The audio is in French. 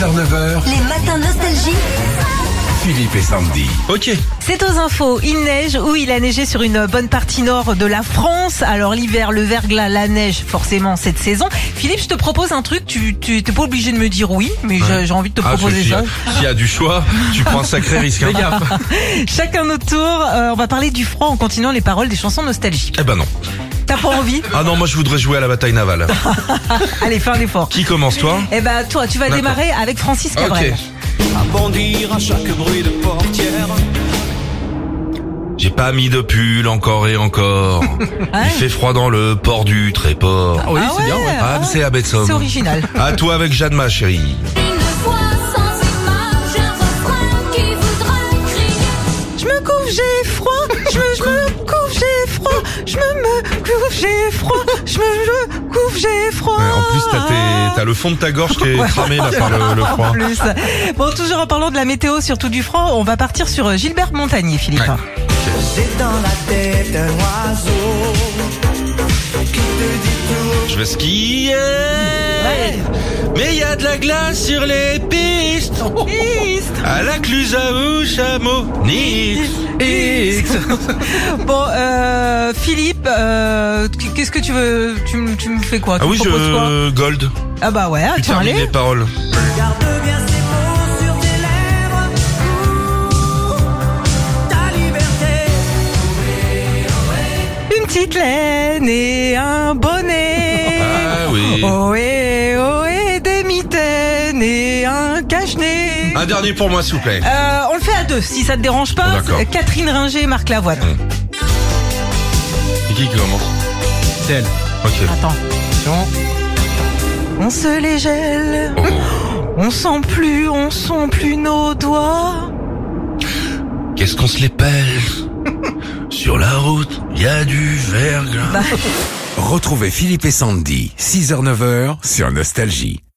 6h-9h, Les matins nostalgie. Philippe et Sandy. Ok. C'est aux infos, il neige ou il a neigé sur une bonne partie nord de la France. Alors l'hiver, le verglas, la neige, forcément cette saison. Philippe, je te propose un truc, tu t'es pas obligé de me dire oui, mais j'ai envie de te proposer ça. S'il y a du choix, tu prends un sacré risque. Hein. Chacun notre tour, on va parler du froid en continuant les paroles des chansons nostalgiques. Eh ben non. T'as pas envie? Ah non, moi je voudrais jouer à la bataille navale. Allez, fais un effort. Qui commence, toi? Eh ben toi, tu vas D'accord. démarrer avec Francis Cabrel. Ok. À bondir à chaque bruit de portière. J'ai pas mis de pull encore et encore. Il fait froid dans le port du Tréport. Oui, c'est bien. Ah, c'est Abetsom. C'est original. À toi avec Jeanne, ma chérie. Une voix sans image, un refrain qui voudra crier. Je me couve, j'ai froid. Je me couve, j'ai froid. Je me couve, j'ai froid. Je me couve, j'ai froid. Ouais, en plus, t'as le fond de ta gorge qui est cramé là par le froid. En plus. Bon, toujours en parlant de la météo, surtout du froid, on va partir sur Gilbert Montagnier, Philippe. Ouais. J'ai dans la tête un oiseau qui te dit tout. Je vais skier. Ouais. Mais il y a de la glace sur les pistes. À la Cluse ou Chamonix. Bon, Philippe, qu'est-ce que tu veux? Tu me fais quoi? Tu Ah me oui, proposes quoi? Gold. Ah bah ouais, Tu tiens, termines allez. les paroles. Garde bien ces mots sur tes lèvres. Ta liberté. Une petite laine et un bonnet. Ah oui. Ohé, des mitaines et un cache-nez. Un dernier pour moi, s'il vous plaît. On le fait à deux, si ça te dérange pas. D'accord. Catherine Ringer, Marc Lavoine. C'est qui commence? C'est elle. Ok. Attends. On se les gèle. Oh. On sent plus nos doigts. Qu'est-ce qu'on se les pèle? Sur la route, il y a du verglas. Retrouvez Philippe et Sandy, 6h-9h sur Nostalgie.